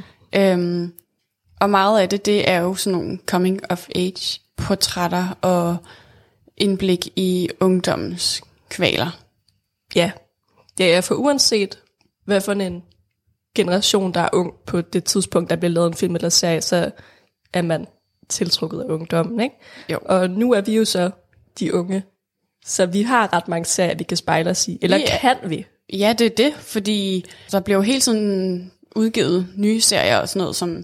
Og meget af det er jo sådan nogle coming-of-age-portrætter og indblik i ungdommens kvaler. Ja, for uanset hvad for en generation, der er ung på det tidspunkt, der bliver lavet en film eller serie, så er man tiltrukket af ungdommen, ikke? Jo. Og nu er vi jo så de unge, så vi har ret mange serier, vi kan spejle os i. Eller kan vi? Ja, det er det, fordi der bliver jo hele tiden udgivet nye serier og sådan noget som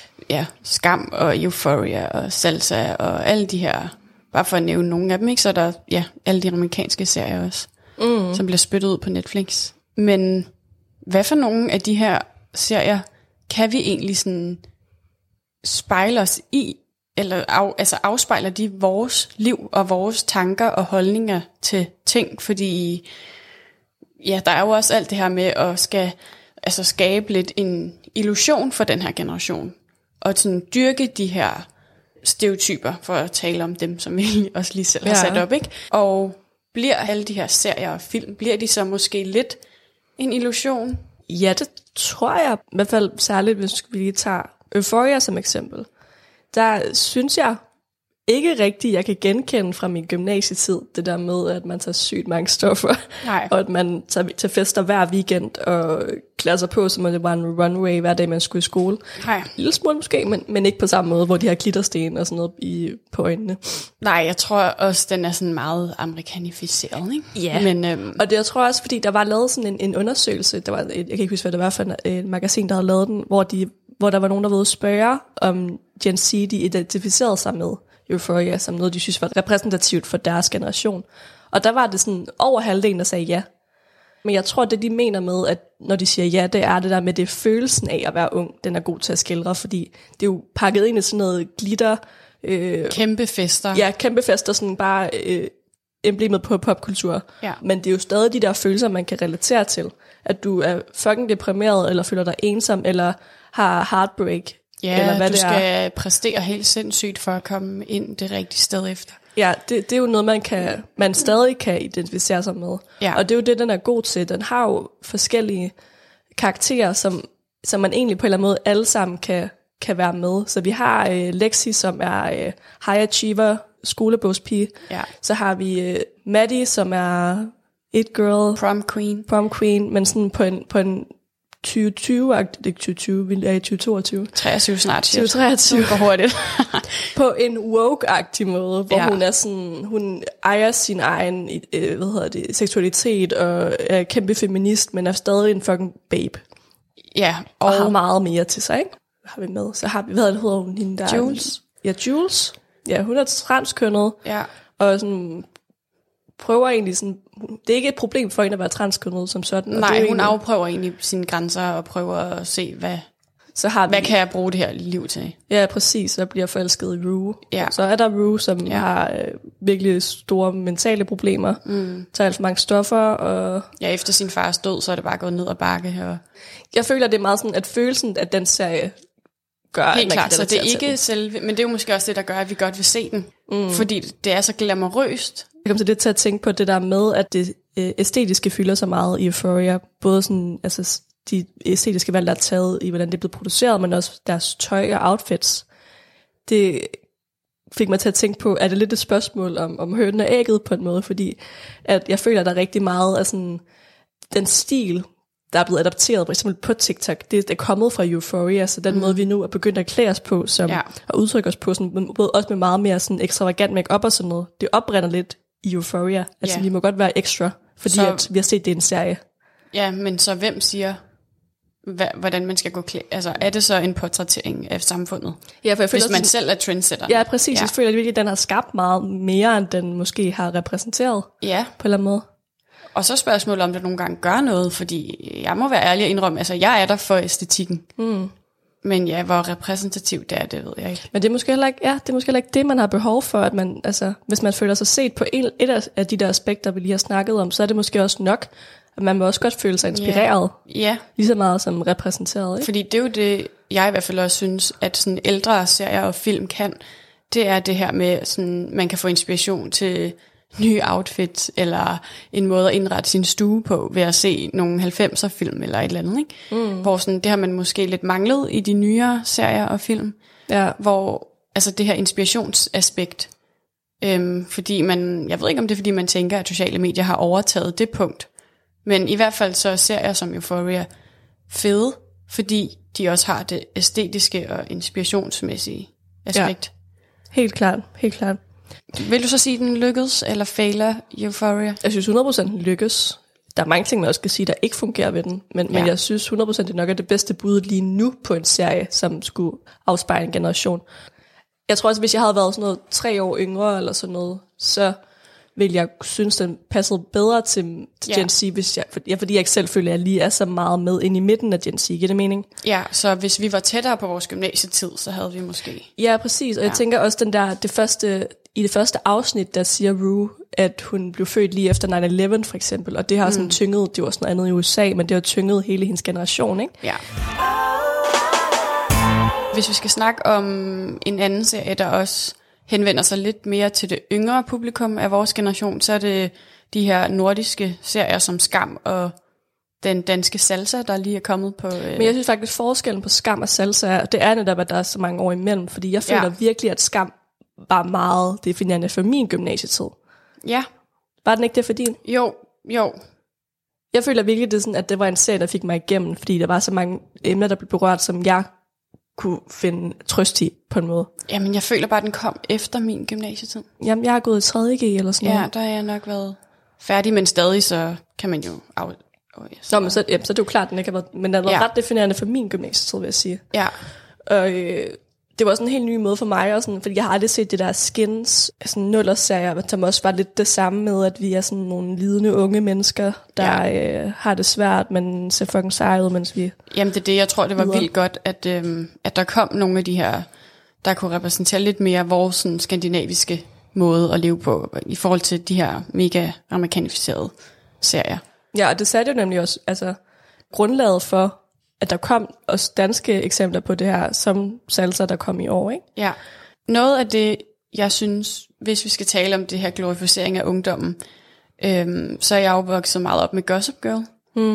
Skam og Euphoria og Salsa og alle de her, bare for at nævne nogle af dem, ikke? Så er der alle de amerikanske serier også, som bliver spyttet ud på Netflix. Men hvad for nogle af de her serier kan vi egentlig sådan spejle os i, eller afspejler de vores liv og vores tanker og holdninger til ting? Fordi der er jo også alt det her med at skabe lidt en illusion for den her generation, og sådan dyrke de her stereotyper, for at tale om dem, som vi også lige selv har sat op, ikke? Og bliver alle de her serier og film, bliver de så måske lidt en illusion? Ja, det tror jeg. I hvert fald særligt, hvis vi lige tager Euphoria som eksempel. Der synes jeg ikke rigtigt, jeg kan genkende fra min gymnasietid, det der med, at man tager sygt mange stoffer, og at man tager til fester hver weekend og klæder sig på, som om det var en runway hver dag, man skulle i skole. En lille smule måske, men ikke på samme måde, hvor de har glittersten og sådan noget på øjnene. Nej, jeg tror også, den er sådan meget amerikanificeret, ikke? Ja, men, og det jeg tror også, fordi der var lavet sådan en undersøgelse, jeg kan ikke huske, hvad det var for et magasin, der havde lavet den, hvor der var nogen, der var ude at spørge, om Gen Z, de identificerede sig med Euphoria som noget, de synes var repræsentativt for deres generation. Og der var det sådan over halvdelen, der sagde ja. Men jeg tror, det de mener med, at når de siger ja, det er det der med det følelsen af at være ung, den er god til at skildre, fordi det er jo pakket ind i sådan noget glitter. Kæmpe fester. Ja, kæmpe fester, sådan bare emblemet på popkultur. Ja. Men det er jo stadig de der følelser, man kan relatere til. At du er fucking deprimeret, eller føler dig ensom, eller har heartbreak. Ja, eller hvad du skal præstere helt sindssygt for at komme ind det rigtige sted efter. Ja, det er jo noget, man stadig kan identificere sig med. Ja. Og det er jo det, den er god til. Den har jo forskellige karakterer, som man egentlig på en eller anden måde alle sammen kan være med. Så vi har Lexi, som er high achiever, skolebogspige. Ja. Så har vi Maddie, som er it girl. Prom queen, men sådan på en 2020, ikke 2020, vi er i 2022. 23 snart. 2023. Det går hurtigt. På en woke-agtig måde, hvor hun er sådan, hun ejer sin egen, seksualitet og er kæmpe feminist, men er stadig en fucking babe. Ja. Og har meget mere til sig, ikke? Har vi med. Så har vi, hvad hedder hun, hende der? Jules. Ja, Jules. Ja, hun er transkønnet. Ja. Og sådan prøver egentlig sådan, det er ikke et problem for hende at være transkønnet som sådan. Nej, det hun afprøver egentlig sine grænser og prøver at se, hvad kan jeg bruge det her liv til? Ja, præcis, og bliver forelsket i Rue. Ja. Så er der Rue, som har virkelig store mentale problemer, tager alt for mange stoffer. Og ja, efter sin fars død, så er det bare gået ned ad bakke. Og jeg føler, det er meget sådan, at følelsen af den serie gør, helt klart, så det er ikke selve, men det er jo måske også det, der gør, at vi godt vil se den. Fordi det er så glamourøst. Jeg kom til at tænke på det der med, at det æstetiske fylder så meget i Euphoria. Både sådan, altså de æstetiske valg, der er taget i, hvordan det er blevet produceret, men også deres tøj og outfits. Det fik mig til at tænke på, er det lidt et spørgsmål om hønen og ægget på en måde, fordi at jeg føler, at der er rigtig meget af sådan den stil, der er blevet adapteret, for eksempel på TikTok, det er kommet fra Euphoria, så den måde, vi nu er begyndt at klæde os på, som og udtrykke os på, sådan, også med meget mere sådan ekstravagant make-up og sådan noget, det oprinder lidt i Euphoria. Altså, vi må godt være ekstra, fordi at vi har set, det er en serie. Ja, men så hvem siger, hvordan man skal gå klædt? Altså, er det så en portrættering af samfundet? Ja, for jeg føler, hvis man selv er trendsetter. Ja, præcis. Jeg føler virkelig, at den har skabt meget mere, end den måske har repræsenteret. Ja. På en eller anden måde. Og så spørgsmålet, om det nogle gange gør noget, fordi jeg må være ærlig og indrømme, altså jeg er der for æstetikken. Men ja, hvor repræsentativt det er, det ved jeg ikke. Men det er måske heller ikke, det, man har behov for, at man, altså, hvis man føler sig set på et af de der aspekter, vi lige har snakket om, så er det måske også nok, at man må også godt føle sig inspireret. Ja. Lige så meget som repræsenteret. Ikke? Fordi det er jo det, jeg i hvert fald også synes, at sådan ældre serier og film kan, det er det her med, sådan, man kan få inspiration til nye outfits, eller en måde at indrette sin stue på, ved at se nogle 90'er film, eller et eller andet, ikke? Hvor sådan, det har man måske lidt manglet i de nyere serier og film, hvor altså det her inspirationsaspekt, fordi jeg ved ikke om det er, fordi man tænker, at sociale medier har overtaget det punkt, men i hvert fald så serier som Euphoria fede, fordi de også har det æstetiske og inspirationsmæssige aspekt. Ja, helt klart. Vil du så sige, at den lykkedes, eller fejler Euphoria? Jeg synes 100% den lykkes. Der er mange ting, man også skal sige, der ikke fungerer ved den. Men jeg synes 100% det nok er det bedste bud lige nu på en serie, som skulle afspejle en generation. Jeg tror også, hvis jeg havde været sådan noget 3 år yngre, eller sådan noget, så ville jeg synes, den passede bedre til Gen Z, fordi jeg ikke selv føler, at jeg lige er så meget med ind i midten af Gen Z. Giver det mening? Ja, så hvis vi var tættere på vores gymnasietid, så havde vi måske... Ja, præcis. Og jeg tænker også, i det første afsnit, der siger Rue, at hun blev født lige efter 9/11 for eksempel, og det har sådan tynget, det var sådan noget andet i USA, men det har tynget hele hendes generation, ikke? Ja. Hvis vi skal snakke om en anden serie, der også henvender sig lidt mere til det yngre publikum af vores generation, så er det de her nordiske serier som Skam og den danske Salsa, der lige er kommet på... Men jeg synes faktisk, forskellen på Skam og Salsa, det er netop, at der er så mange år imellem, fordi jeg føler virkelig, at Skam var meget definerende for min gymnasietid. Ja. Var den ikke det for din? Jo. Jeg føler virkelig, det sådan, at det var en serie, der fik mig igennem, fordi der var så mange emner, der blev berørt, som jeg kunne finde trøst i på en måde. Jamen, jeg føler bare, at den kom efter min gymnasietid. Jamen, jeg har gået i 3.G eller sådan noget. Ja, der har jeg nok været færdig, men stadig så kan man jo... Nå, men så er det jo klart, den ikke har været... Men den har været ret definerende for min gymnasietid, vil jeg sige. Ja. Og det var sådan en helt ny måde for mig, og sådan, fordi jeg har aldrig set det der Skins, sådan nullerserier, som også var lidt det samme med, at vi er sådan nogle lidende unge mennesker, der har det svært, men ser fucking seje ud, mens vi... Jamen det er det, jeg tror, det var vildt godt, at der kom nogle af de her, der kunne repræsentere lidt mere vores sådan, skandinaviske måde at leve på, i forhold til de her mega amerikanificerede serier. Ja, og det satte jo nemlig også grundlaget for, at der kom også danske eksempler på det her, som Salsa, der kom i år, ikke? Ja. Noget af det, jeg synes, hvis vi skal tale om det her glorificering af ungdommen, så er jeg jo vokset meget op med Gossip Girl.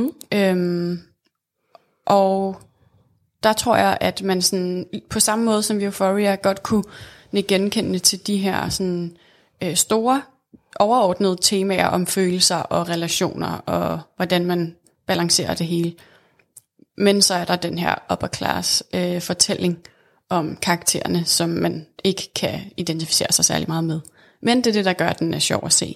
Og der tror jeg, at man sådan, på samme måde som Euphoria godt kunne genkende til de her sådan, store, overordnede temaer om følelser og relationer, og hvordan man balancerer det hele. Men så er der den her upper class fortælling om karaktererne, som man ikke kan identificere sig særlig meget med. Men det er det, der gør, at den er sjov at se.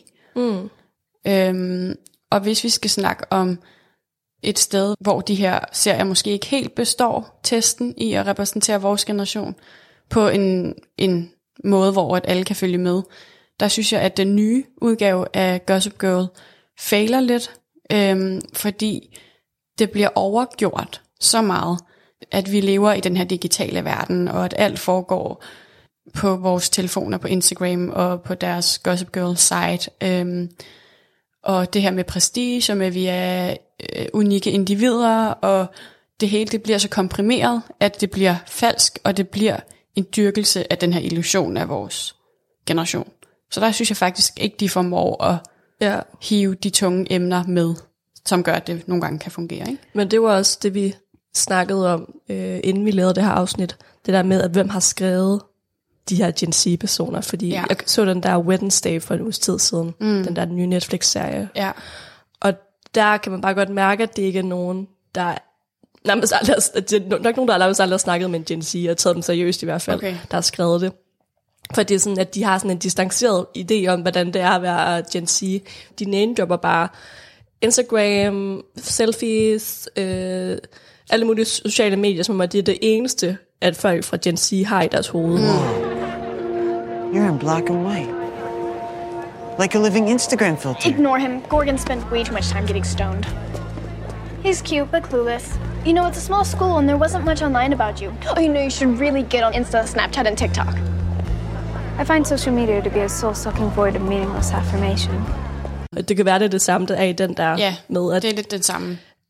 Og hvis vi skal snakke om et sted, hvor de her serier måske ikke helt består testen i at repræsentere vores generation på en måde, hvor at alle kan følge med, der synes jeg, at den nye udgave af Gossip Girl fejler lidt, fordi det bliver overgjort så meget, at vi lever i den her digitale verden, og at alt foregår på vores telefoner, på Instagram og på deres Gossip Girl site. Og det her med prestige, og med at vi er unikke individer, og det hele det bliver så komprimeret, at det bliver falsk, og det bliver en dyrkelse af den her illusion af vores generation. Så der synes jeg faktisk ikke, de formår at hive de tunge emner med, som gør, at det nogle gange kan fungere. Ikke? Men det var også det, vi snakkede om, inden vi lavede det her afsnit. Det der med, at hvem har skrevet de her Gen Z-personer. Fordi jeg så den der Wednesday for en uges tid siden. Den der nye Netflix-serie. Ja. Og der kan man bare godt mærke, at det ikke er nogen, der... Nærmest aldrig, det er nok nogen, der aldrig har snakket med en Gen Z, og taget dem seriøst i hvert fald, der har skrevet det. For det er sådan, at de har sådan en distanceret idé om, hvordan det er at være Gen Z. De name-dropper bare Instagram, selfies, alle mulige sociale medier, som er det eneste, at folk fra Gen Z har i deres hoved. You're in black and white. Like a living Instagram filter. Ignore him. Gorgon spent way too much time getting stoned. He's cute, but clueless. You know, it's a small school and there wasn't much online about you. Oh, you know, you should really get on Insta, Snapchat, and TikTok. I find social media to be a soul-sucking void of meaningless affirmation. Det kan være, det er det samme, der er i den der med, at det er lidt den samme.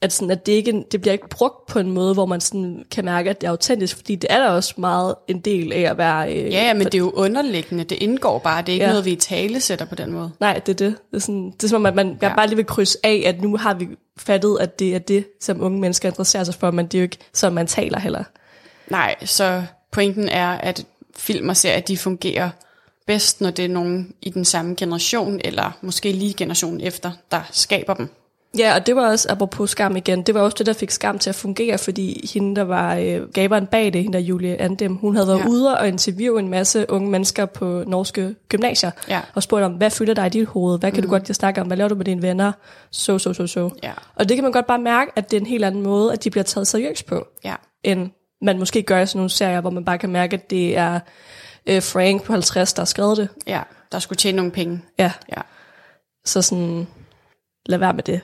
at det bliver ikke brugt på en måde, hvor man sådan kan mærke, at det er autentisk, fordi det er da også meget en del af at være... ja, men det er jo underliggende, det indgår bare, det er ikke noget, vi i tale sætter på den måde. Nej, det er det. Det er som om, at man bare lige vil krydse af, at nu har vi fattet, at det er det, som unge mennesker interesserer sig for, men det er jo ikke, som man taler heller. Nej, så pointen er, at film og serier, de fungerer bedst, når det er nogen i den samme generation, eller måske lige generationen efter, der skaber dem. Ja, og det var også, apropos Skam igen, det var også det, der fik Skam til at fungere, fordi hende, der var gaberen bag det, hende der Julie Andem, hun havde været ude og interviewe en masse unge mennesker på norske gymnasier, og spurgte om, hvad fylder dig i dit hoved? Hvad kan du godt snakke om? Hvad laver du med dine venner? Så. Ja. Og det kan man godt bare mærke, at det er en helt anden måde, at de bliver taget seriøst på, end man måske gør i sådan nogle serier, hvor man bare kan mærke, at det er Frank på 50, der har skrevet det. Ja, der skulle tjene nogle penge. Ja. Så sådan... Lad være med det.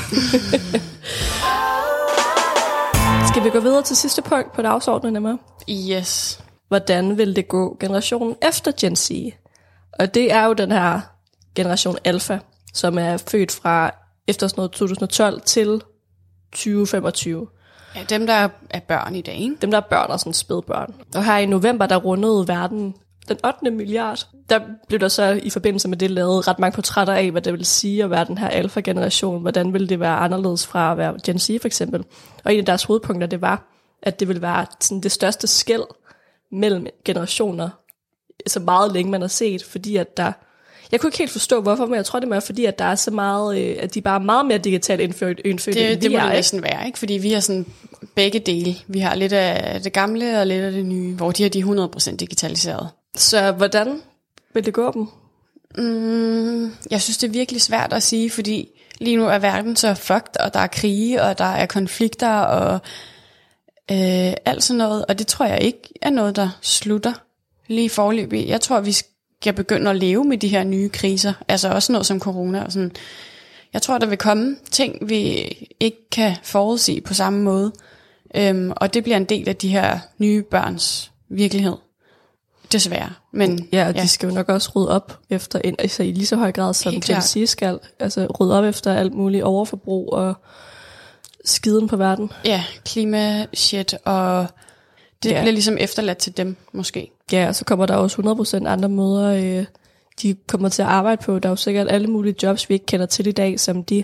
Skal vi gå videre til sidste punkt på dagsordenen, Emma? Yes. Hvordan vil det gå generationen efter Gen Z? Og det er jo den her generation Alpha, som er født fra efter sådan noget 2012 til 2025. Ja, dem der er børn i dag, ikke? Dem der er børn og sådan spædbørn. Og her i november, der rundede verden den 8. milliard. Der blev der så i forbindelse med det lavet ret mange portrætter af, hvad det vil sige at være den her alfa-generation. Hvordan ville det være anderledes fra at være Gen Z for eksempel. Og en af deres hovedpunkter, det var, at det ville være sådan det største skel mellem generationer, så meget længe man har set, fordi at der... Jeg kunne ikke helt forstå, hvorfor, men jeg tror, det er fordi, at der er så meget, at de bare er meget mere digitalt indfødt end vi er. Det må det næsten være, ikke? Fordi vi har sådan begge dele. Vi har lidt af det gamle og lidt af det nye, hvor de er 100% digitaliseret. Så hvordan vil det gå dem? Jeg synes, det er virkelig svært at sige, fordi lige nu er verden så fucked, og der er krige, og der er konflikter, og alt sådan noget. Og det tror jeg ikke er noget, der slutter lige forløbig. Jeg tror, vi skal begynde at leve med de her nye kriser. Altså også noget som corona og sådan. Jeg tror, der vil komme ting, vi ikke kan forudsige på samme måde. Og det bliver en del af de her nye børns virkelighed. Desværre. Men, ja, de skal jo nok også rydde op efter, altså i lige så høj grad som Gen Z skal. Altså rydde op efter alt muligt overforbrug og skiden på verden. Ja, klimashit, og det bliver ligesom efterladt til dem, måske. Ja, og så kommer der også 100% andre måder, de kommer til at arbejde på. Der er jo sikkert alle mulige jobs, vi ikke kender til i dag, som de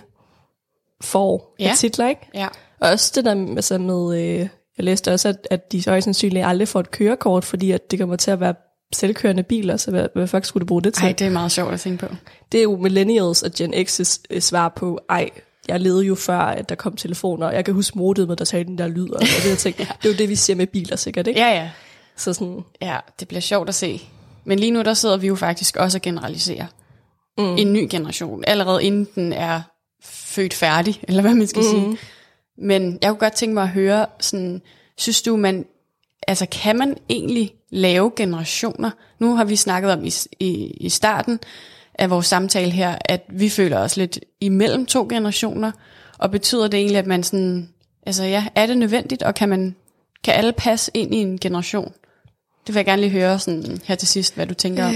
får af titler, ikke? Ja. Og også det der altså med, jeg læste også, at de så højst sandsynligt aldrig får et kørekort, fordi at det kommer til at være selvkørende biler, så hvad fuck skulle du bruge det til? Ej, det er meget sjovt at tænke på. Det er jo millennials og Gen X's svar på, jeg levede jo før, at der kom telefoner, og jeg kan huske modemet, der sagde den der lyd, og det, jeg tænkte, det er jo det, vi ser med biler sikkert, ikke? Ja. Så sådan... Ja, det bliver sjovt at se. Men lige nu, der sidder vi jo faktisk også og generaliserer. En ny generation, allerede inden den er født færdig, eller hvad man skal sige. Men jeg kunne godt tænke mig at høre, sådan, synes du, kan man egentlig lave generationer? Nu har vi snakket om i starten af vores samtale her, at vi føler os lidt imellem to generationer, og betyder det egentlig, at man sådan, er det nødvendigt, og kan alle passe ind i en generation? Det vil jeg gerne lige høre sådan her til sidst, hvad du tænker om.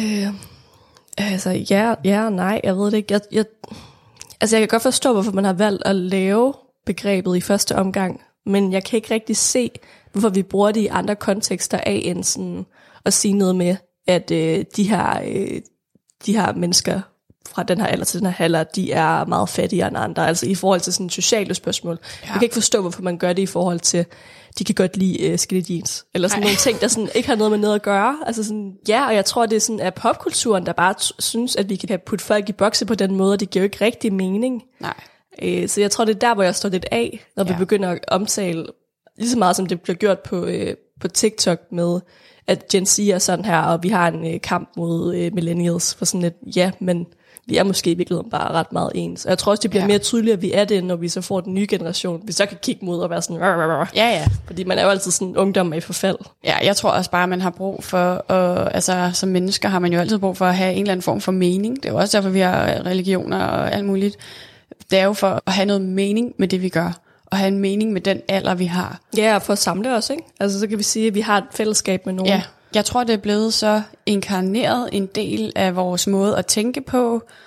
Ja og nej, jeg ved det ikke. Jeg kan godt forstå, hvorfor man har valgt at lave begrebet i første omgang, men jeg kan ikke rigtig se, hvorfor vi bruger det i andre kontekster af, end sådan at sige noget med, at de her mennesker fra den her alder til den her alder, de er meget fattigere end andre, altså i forhold til sådan sociale spørgsmål. Ja. Jeg kan ikke forstå, hvorfor man gør det i forhold til, de kan godt lide skinny jeans, eller sådan nogle ting, der sådan ikke har noget med noget at gøre. Altså sådan, og jeg tror, det er sådan, at popkulturen, der bare synes, at vi kan putte folk i bokse på den måde, og det giver jo ikke rigtig mening. Nej. Så jeg tror, det er der, hvor jeg står lidt af, når vi begynder at omtale, lige så meget som det bliver gjort på TikTok med, at Gen Z er sådan her, og vi har en kamp mod millennials, for sådan et, men vi er måske i virkeligheden bare ret meget ens. Og jeg tror også, det bliver mere tydeligt, at vi er det, når vi så får den nye generation. Vi så kan kigge mod og være sådan... Ja. Fordi man er jo altid sådan ungdom i forfald. Ja, jeg tror også bare, at man har brug for... som mennesker har man jo altid brug for at have en eller anden form for mening. Det er jo også derfor, vi har religioner og alt muligt. Det er jo for at have noget mening med det, vi gør. Og have en mening med den alder, vi har. Ja, og for at samle os, ikke? Altså, så kan vi sige, at vi har et fællesskab med nogen. Ja, jeg tror, det er blevet så inkarneret en del af vores måde at tænke på,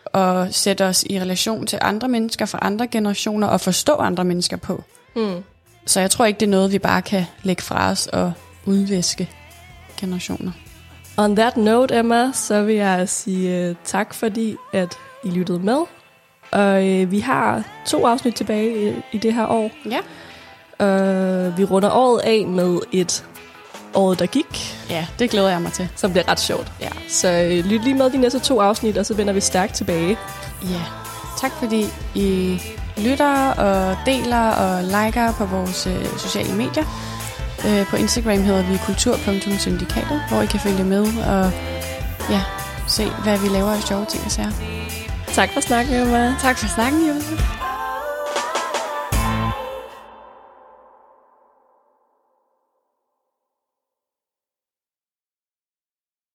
at sætte os i relation til andre mennesker fra andre generationer og forstå andre mennesker på. Så jeg tror ikke, det er noget, vi bare kan lægge fra os og udviske generationer. On that note, Emma, så vil jeg sige tak, fordi at I lyttede med. Og vi har 2 afsnit tilbage i det her år. Ja. Vi runder året af med et året, der gik. Ja, det glæder jeg mig til. Som bliver ret sjovt. Ja. Så lyt lige med de næste 2 afsnit, og så vender vi stærkt tilbage. Ja. Tak fordi I lytter og deler og liker på vores sociale medier. På Instagram hedder vi kultur.syndikatet, hvor I kan følge med og se, hvad vi laver af sjove ting og sager. Tak for snakken, Emma. Tak for snakken, Josef.